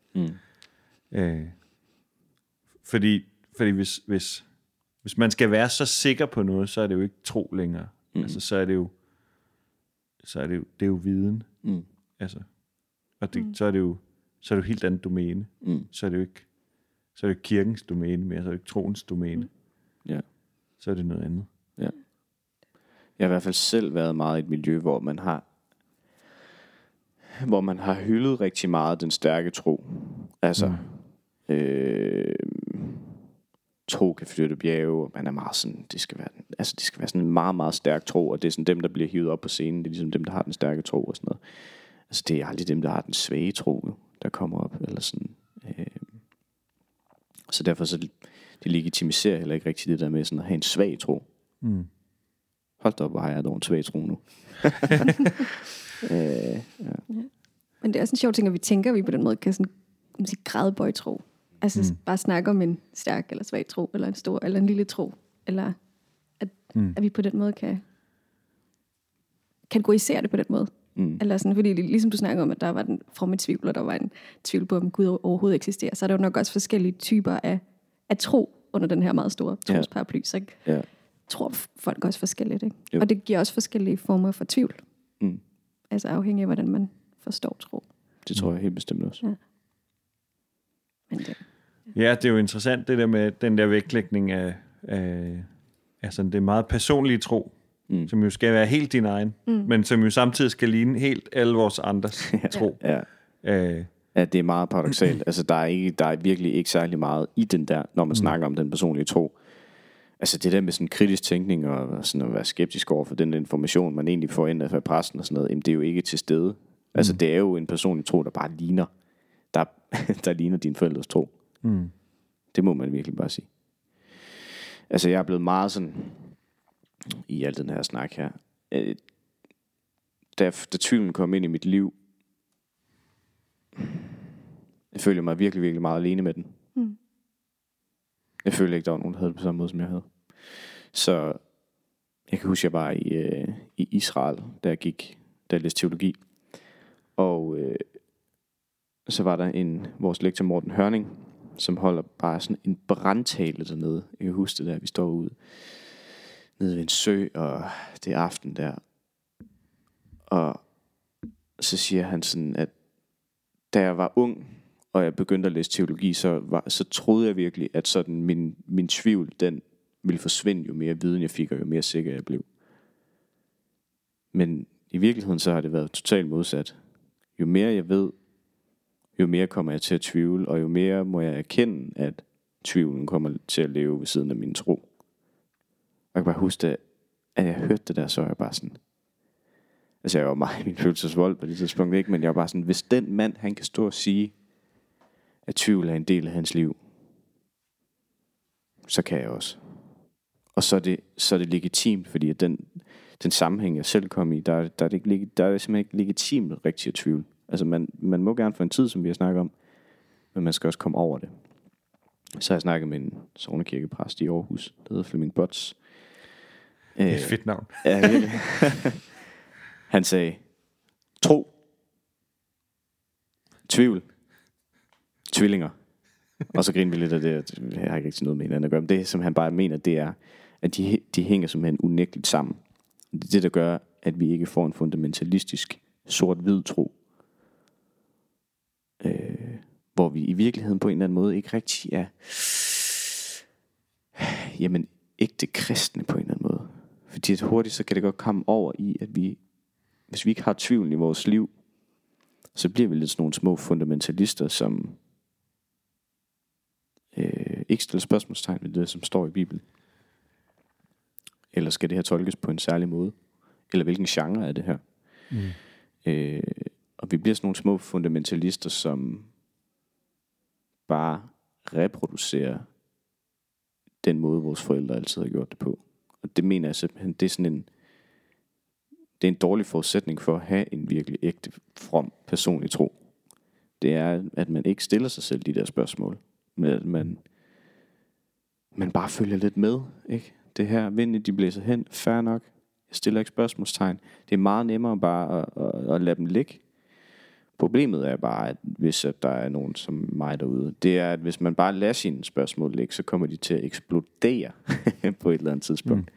Fordi hvis man skal være så sikker på noget, så er det jo ikke tro længere. Altså så er det jo viden. Altså, og så er det jo helt andet domæne. Så er det jo ikke kirkens domæne mere, så er det ikke troens domæne. Så er det noget andet. Jeg har i hvert fald selv været meget i et miljø, hvor man har hyldet rigtig meget den stærke tro. Altså tro kan flytte bjerge, og man er meget sådan, det skal være sådan en meget, meget stærk tro, og det er sådan dem, der bliver hivet op på scenen, det er ligesom dem, der har den stærke tro og sådan noget. Altså det er aldrig dem, der har den svage tro, der kommer op, eller sådan. Så derfor så det legitimiserer heller ikke rigtig det der med sådan at have en svag tro. Hold da op, hvor har jeg dog en svag tro nu. Men det er også en sjov ting, at vi på den måde kan sådan, gradbøje tro. Altså bare snakke om en stærk eller svag tro, eller en stor eller en lille tro. Eller at vi på den måde kan kategorisere det på den måde. Eller sådan, fordi ligesom du snakker om, at der var den fromme tvivl, og der var en tvivl på, om Gud overhovedet eksisterer, så er der jo nok også forskellige typer af tro under den her meget store trosparaply. Så tror folk også forskelligt, ikke? Og det giver også forskellige former for tvivl. Altså afhængig af, hvordan man forstår tro. Det tror jeg helt bestemt også. Ja. Men det er jo interessant, det der med den der vægtlægning af altså det meget personlige tro, som jo skal være helt din egen, men som jo samtidig skal ligne helt alle vores andres tro. Ja, det er meget paradoksalt. Altså der er virkelig ikke særlig meget i den der, når man snakker om den personlige tro. Altså det der med sådan kritisk tænkning og sådan at være skeptisk over for den information, man egentlig får ind af pressen og sådan noget, jamen det er jo ikke til stede. Altså det er jo en personlig tro, der bare ligner, der ligner dine forældres tro. Det må man virkelig bare sige. Altså jeg er blevet meget sådan, i al den her snak her, da tvivlen kom ind i mit liv, jeg følte mig virkelig, virkelig meget alene med den. Jeg følte ikke, der var nogen, der havde det på samme måde, som jeg havde. Så jeg kan huske, jeg var i Israel, da jeg læste teologi. Og så var der vores lektor Morten Hørning, som holder bare sådan en brandtale dernede. Jeg kan huske det der, vi står ude nede ved en sø, og det er aften der. Og så siger han sådan, at da jeg var ung, og jeg begyndte at læse teologi, så troede jeg virkelig, at sådan min tvivl, den ville forsvinde, jo mere viden jeg fik, og jo mere sikker jeg blev. Men i virkeligheden så har det været totalt modsat. Jo mere jeg ved, jo mere kommer jeg til at tvivle, og jo mere må jeg erkende, at tvivlen kommer til at leve ved siden af min tro. Og jeg kan bare huske, at jeg hørte det der, så er jeg bare sådan, altså jeg var meget i min følelsesvold på det tidspunkt, ikke? Men jeg var bare sådan, hvis den mand, han kan stå og sige, at tvivl er en del af hans liv, så kan jeg også. Og så er det legitimt, fordi at den sammenhæng, jeg selv kom i, der er simpelthen ikke legitimt rigtigt at tvivle. Altså man må gerne få en tid, som vi har snakket om, men man skal også komme over det. Så har jeg snakket med en sognekirkepræst i Aarhus, der hedder Flemming Bots. Det er et fedt navn. Ja, virkelig. Han sagde, tro, tvivl, tvillinger. Og så griner vi lidt af det, jeg har ikke rigtig noget med hinanden at gøre. Men det, som han bare mener, det er, at de hænger simpelthen unægteligt sammen. Det er det, der gør, at vi ikke får en fundamentalistisk sort-hvid tro. Hvor vi i virkeligheden på en eller anden måde ikke rigtig er ægte kristne på en eller anden måde. Fordi hurtigt så kan det godt komme over i, at hvis vi ikke har tvivl i vores liv, så bliver vi lidt sådan nogle små fundamentalister, som ikke stiller spørgsmålstegn ved det, som står i Bibelen. Eller skal det her tolkes på en særlig måde? Eller hvilken genre er det her? Og vi bliver sådan nogle små fundamentalister, som bare reproducerer den måde, vores forældre altid har gjort det på. Og det mener jeg simpelthen, det er en dårlig forudsætning for at have en virkelig ægte, from, personlig tro. Det er, at man ikke stiller sig selv de der spørgsmål. Men at man bare følger lidt med, ikke? Det her, vindene de blæser hen, fair nok. Jeg stiller ikke spørgsmålstegn. Det er meget nemmere bare at lade dem ligge. Problemet er bare, at hvis at der er nogen som mig derude, det er, at hvis man bare lader sine spørgsmål ligge, så kommer de til at eksplodere på et eller andet tidspunkt.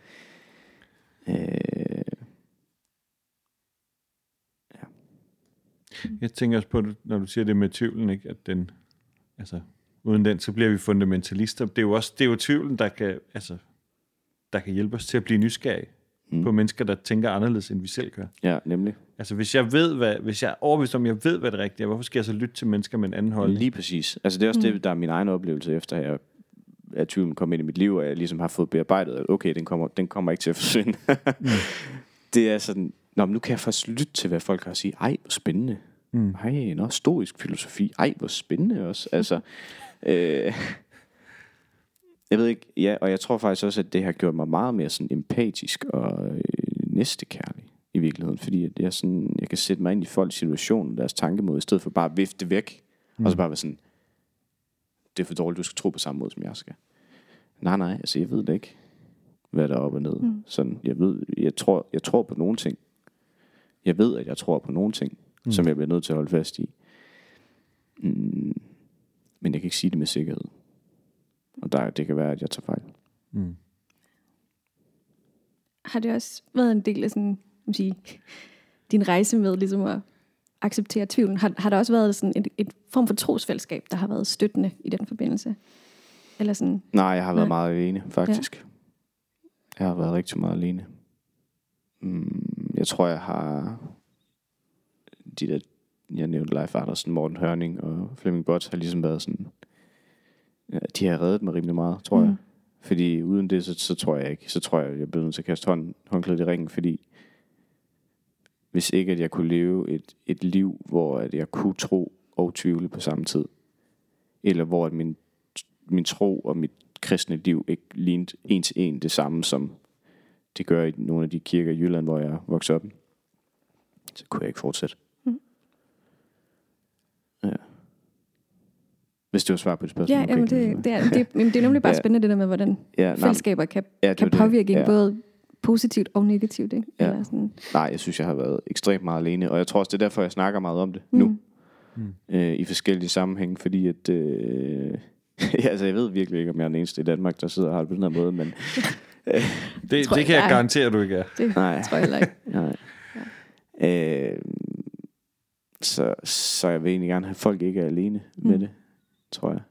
Ja. Jeg tænker også på det, når du siger det med tvivlen, ikke? At den, altså, uden den, så bliver vi fundamentalister. Det er jo tvivlen, der kan hjælpe os til at blive nysgerrige på mennesker, der tænker anderledes, end vi selv gør. Ja, nemlig. Altså, hvis jeg er overbevist om, jeg ved, hvad det rigtige er, hvorfor skal jeg så lytte til mennesker med en anden holdning? Lige præcis. Altså, det er også det, der er min egen oplevelse, efter at tvivlen kom ind i mit liv, og jeg ligesom har fået bearbejdet, at okay, den kommer ikke til at forsvinde. Det er sådan, nu kan jeg faktisk lytte til, hvad folk har at sige. Ej, hvor spændende. Ej, stoisk filosofi. Ej, hvor spændende også. Altså, jeg ved ikke, ja, og jeg tror faktisk også, at det har gjort mig meget mere sådan empatisk og næstekærlig i virkeligheden, fordi at jeg kan sætte mig ind i folks situation, deres tankemåde, i stedet for bare at vifte væk, og så bare være sådan, det er for dårligt, du skal tro på samme måde, som jeg skal. Nej, altså jeg ved det ikke, hvad der er op og ned. Sådan, jeg tror på nogle ting. Jeg ved, at jeg tror på nogle ting, som jeg bliver nødt til at holde fast i. Men jeg kan ikke sige det med sikkerhed. Og det kan være, at jeg tager fejl. Har det også været en del af sådan, din rejse med ligesom at acceptere tvivlen? Har der også været sådan et form for trosfællesskab, der har været støttende i den forbindelse? Eller sådan? Nej, jeg har været meget alene, faktisk. Ja. Jeg har været rigtig meget alene. Jeg tror, jeg har de der, jeg nævnte Leif Andersen, Morten Hørning og Flemming Botts har ligesom været sådan, ja, de har reddet mig rimelig meget, tror jeg. Fordi uden det, så tror jeg ikke. Så tror jeg bliver nødt til at kaste håndklædet i ringen, fordi hvis ikke, at jeg kunne leve et liv, hvor at jeg kunne tro og tvivle på samme tid, eller hvor at min tro og mit kristne liv ikke lignede en til en det samme, som det gør i nogle af de kirker i Jylland, hvor jeg voksede op, så kunne jeg ikke fortsætte. Ja. Hvis det var svar på det spørgsmål. Ja, jamen det er nemlig bare spændende det der med, hvordan fællesskaber kan påvirke en både positivt og negativt. Ikke? Ja. Eller sådan. Nej, jeg synes, jeg har været ekstremt meget alene, og jeg tror også, det er derfor, jeg snakker meget om det nu. I forskellige sammenhænge, fordi at altså jeg ved virkelig ikke, om jeg er den eneste i Danmark, der sidder og har det på den her måde, men det kan jeg garantere, at du ikke er. Det tror jeg heller ikke. Nej. Ja. Så jeg vil egentlig gerne have, at folk ikke er alene med det, tror jeg.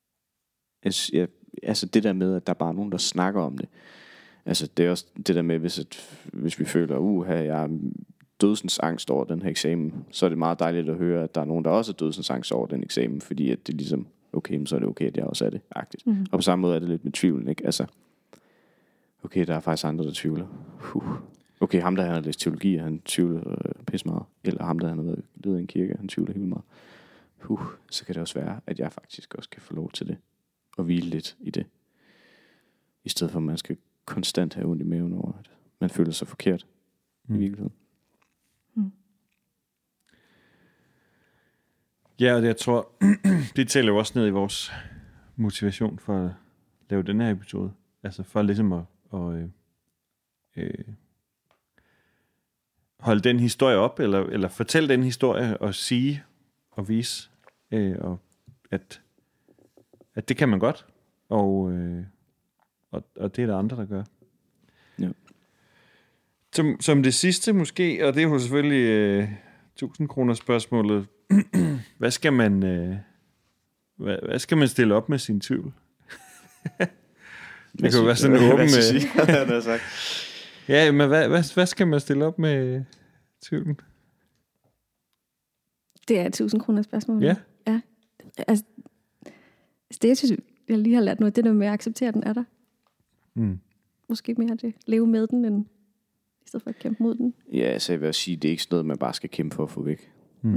Altså det der med, at der bare er nogen, der snakker om det. Altså det er også det der med, hvis vi føler, jeg er dødsens angst over den her eksamen, så er det meget dejligt at høre, at der er nogen, der også er dødsens angst over den eksamen, fordi at det ligesom, okay, så er det okay, at jeg også er det, agtigt. Og på samme måde er det lidt med tvivlen, ikke? Altså, okay, der er faktisk andre, der tvivler. Okay, ham der har læst teologi, han tvivler pisse meget. Eller ham der har været ledet i en kirke, han tvivler helt meget. Så kan det også være, at jeg faktisk også kan få lov til det. Og hvile lidt i det. I stedet for, at man skal konstant have ondt i maven over, at man føler sig forkert i virkeligheden. Ja, og jeg tror, det tæller jo også ned i vores motivation for at lave den her episode. Altså for ligesom at holde den historie op, eller fortælle den historie, og sige og vise, og at det kan man godt, og det er der andre, der gør. Ja. Som det sidste måske, og det er jo selvfølgelig 1000 kroner spørgsmålet. Hvad skal man stille op med sin tvivl? Det kan jo være sådan en åben... Ja, men hvad skal man stille op med tvivlen? Det er 1000 kroner spørgsmål. Ja. Altså, det jeg synes, jeg lige har lært nu, det der med at acceptere, at den er der. Måske mere det. Leve med den, end i stedet for at kæmpe mod den. Ja, altså jeg vil sige, det er ikke sådan noget, man bare skal kæmpe for at få væk.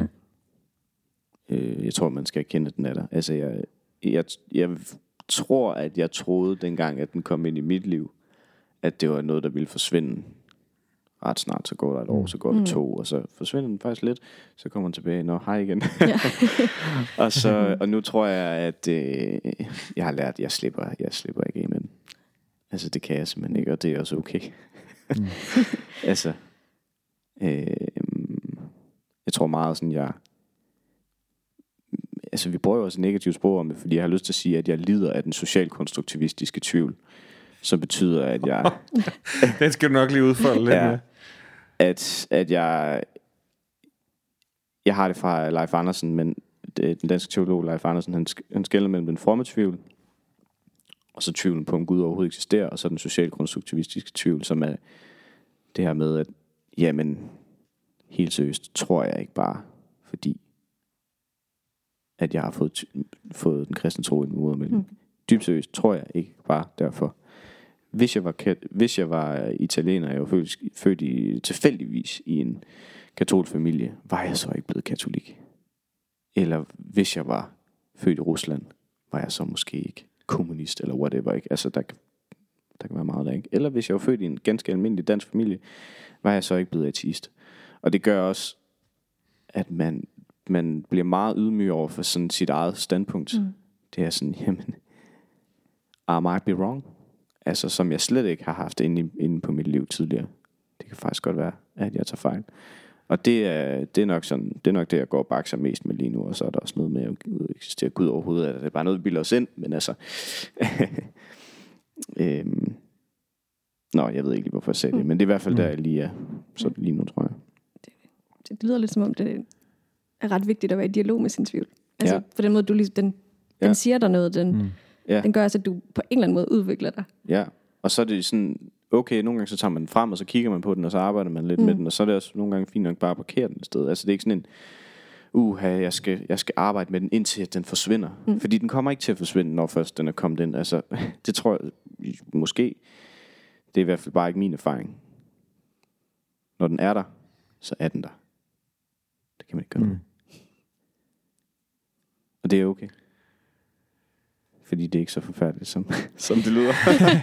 Jeg tror, man skal erkende, at den er der. Altså jeg tror, at jeg troede dengang, at den kom ind i mit liv, at det var noget, der ville forsvinde ret snart. Så går der et år, så går der 2, og så forsvinder den faktisk lidt. Så kommer den tilbage, hej igen. Ja. og nu tror jeg, at jeg har lært, at jeg slipper ikke af med den. Altså det kan jeg simpelthen ikke, og det er også okay. Altså jeg tror meget sådan, vi bruger jo også et negativt sprog om det, fordi jeg har lyst til at sige, at jeg lider af den socialkonstruktivistiske tvivl, som betyder, at jeg... Den skal du nok lige udfolde lidt med. At jeg har det fra Leif Andersen, men den danske teolog Leif Andersen, han skelner mellem den fromme tvivl, og så tvivlen på, om Gud overhovedet eksisterer, og så den socialkonstruktivistiske tvivl, som er det her med, at jamen, helt seriøst, tror jeg ikke bare, fordi at jeg har fået den kristne tro i min modermælk. Dybt seriøst, tror jeg ikke bare derfor. Hvis jeg var italiener, jeg var født tilfældigvis i en katolsk familie, var jeg så ikke blevet katolik. Eller hvis jeg var født i Rusland, var jeg så måske ikke kommunist, eller whatever, ikke? Altså, der kan være meget der, ikke? Eller hvis jeg var født i en ganske almindelig dansk familie, var jeg så ikke blevet ateist. Og det gør også, at man bliver meget ydmyg over for sådan sit eget standpunkt. Det er sådan, jamen, I might be wrong. Altså, som jeg slet ikke har haft inde på mit liv tidligere. Det kan faktisk godt være, at jeg tager fejl. Og det er nok sådan, det er nok det, jeg går og bakser mest med lige nu. Og så er der også noget med at eksistere Gud overhovedet. Altså, det er bare noget, vi bilder os ind. Men altså... jeg ved ikke lige, hvorfor jeg sagde det. Men det er i hvert fald der, jeg lige er. Så lige nu, tror jeg. Det lyder lidt som om, det er ret vigtigt at være i dialog med sin tvivl. Altså, på den måde, du ligesom, den siger dig noget. Den gør også, at du på en eller anden måde udvikler dig. Ja, og så er det sådan... Okay, nogle gange så tager man den frem, og så kigger man på den, og så arbejder man lidt med den, og så er det også nogle gange fint nok bare at parkere den et sted. Altså det er ikke sådan en, jeg skal arbejde med den, indtil at den forsvinder. Fordi den kommer ikke til at forsvinde, når først den er kommet ind. Altså, det tror jeg, måske, det er i hvert fald bare ikke min erfaring. Når den er der, så er den der. Det kan man ikke gøre noget. Og det er okay. Fordi det er ikke så forfærdeligt, som det lyder.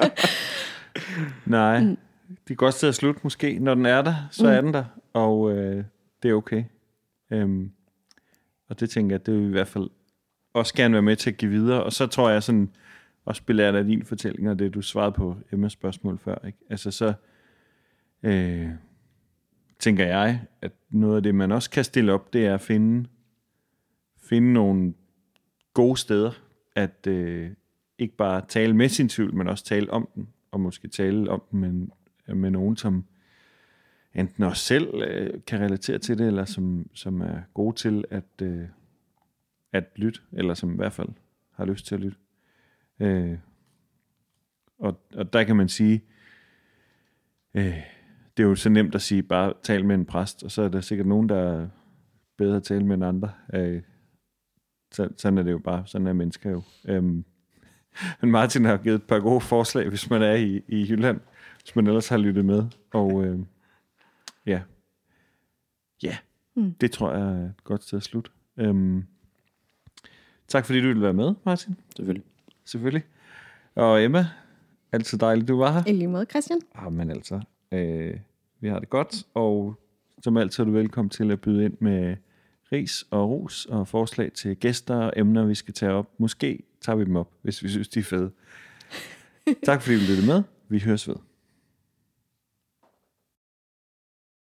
Nej, det er godt sted at slutte måske. Når den er der, så er den der, og det er okay. Og det tænker jeg, det vil vi i hvert fald også gerne være med til at give videre. Og så tror jeg sådan, også belært af din fortælling, og det du svarede på Emmas spørgsmål før, ikke? Altså så tænker jeg, at noget af det, man også kan stille op, det er at finde nogle gode steder, at ikke bare tale med sin tvivl, men også tale om den, og måske tale om den med nogen, som enten også selv kan relatere til det, eller som er gode til at lytte, eller som i hvert fald har lyst til at lytte. Og der kan man sige, det er jo så nemt at sige, bare tal med en præst, og så er der sikkert nogen, der er bedre at tale med end andre. Sådan er det jo bare, sådan er mennesker jo. Men Martin har givet et par gode forslag, hvis man er i Jylland, hvis man ellers har lyttet med. Og det tror jeg er et godt sted at slutte. Tak fordi du ville være med, Martin. Selvfølgelig. Og Emma, altid dejligt, du var her. I lige måde, Christian. Men altså, vi har det godt, og som altid er du velkommen til at byde ind med ris og ros og forslag til gæster og emner, vi skal tage op. Måske tager vi dem op, hvis vi synes, de er fede. Tak fordi vi lyttede med. Vi høres ved.